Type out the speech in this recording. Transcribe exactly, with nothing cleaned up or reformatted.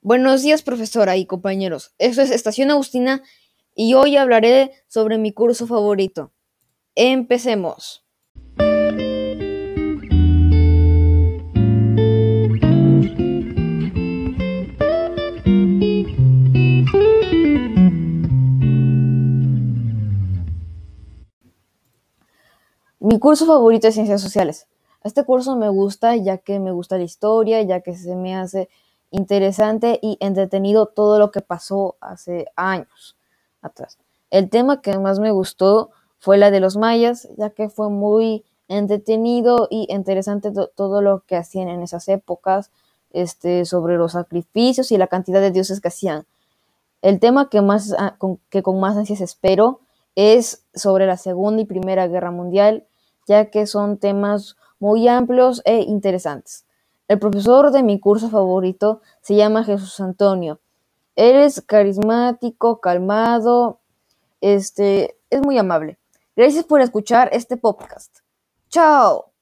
Buenos días, profesora y compañeros. Esto es Estación Agustina y hoy hablaré sobre mi curso favorito. Empecemos. Mi curso favorito es Ciencias Sociales. Este curso me gusta ya que me gusta la historia, ya que se me hace interesante y entretenido todo lo que pasó hace años atrás. El tema que más me gustó fue la de los mayas, ya que fue muy entretenido y interesante to- todo lo que hacían en esas épocas, este, sobre los sacrificios y la cantidad de dioses que hacían. El tema que, más, ah, con, que con más ansias espero es sobre la Segunda y Primera Guerra Mundial, ya que son temas muy amplios e interesantes. El profesor de mi curso favorito se llama Jesús Antonio. Él es carismático, calmado, este, es muy amable. Gracias por escuchar este podcast. ¡Chao!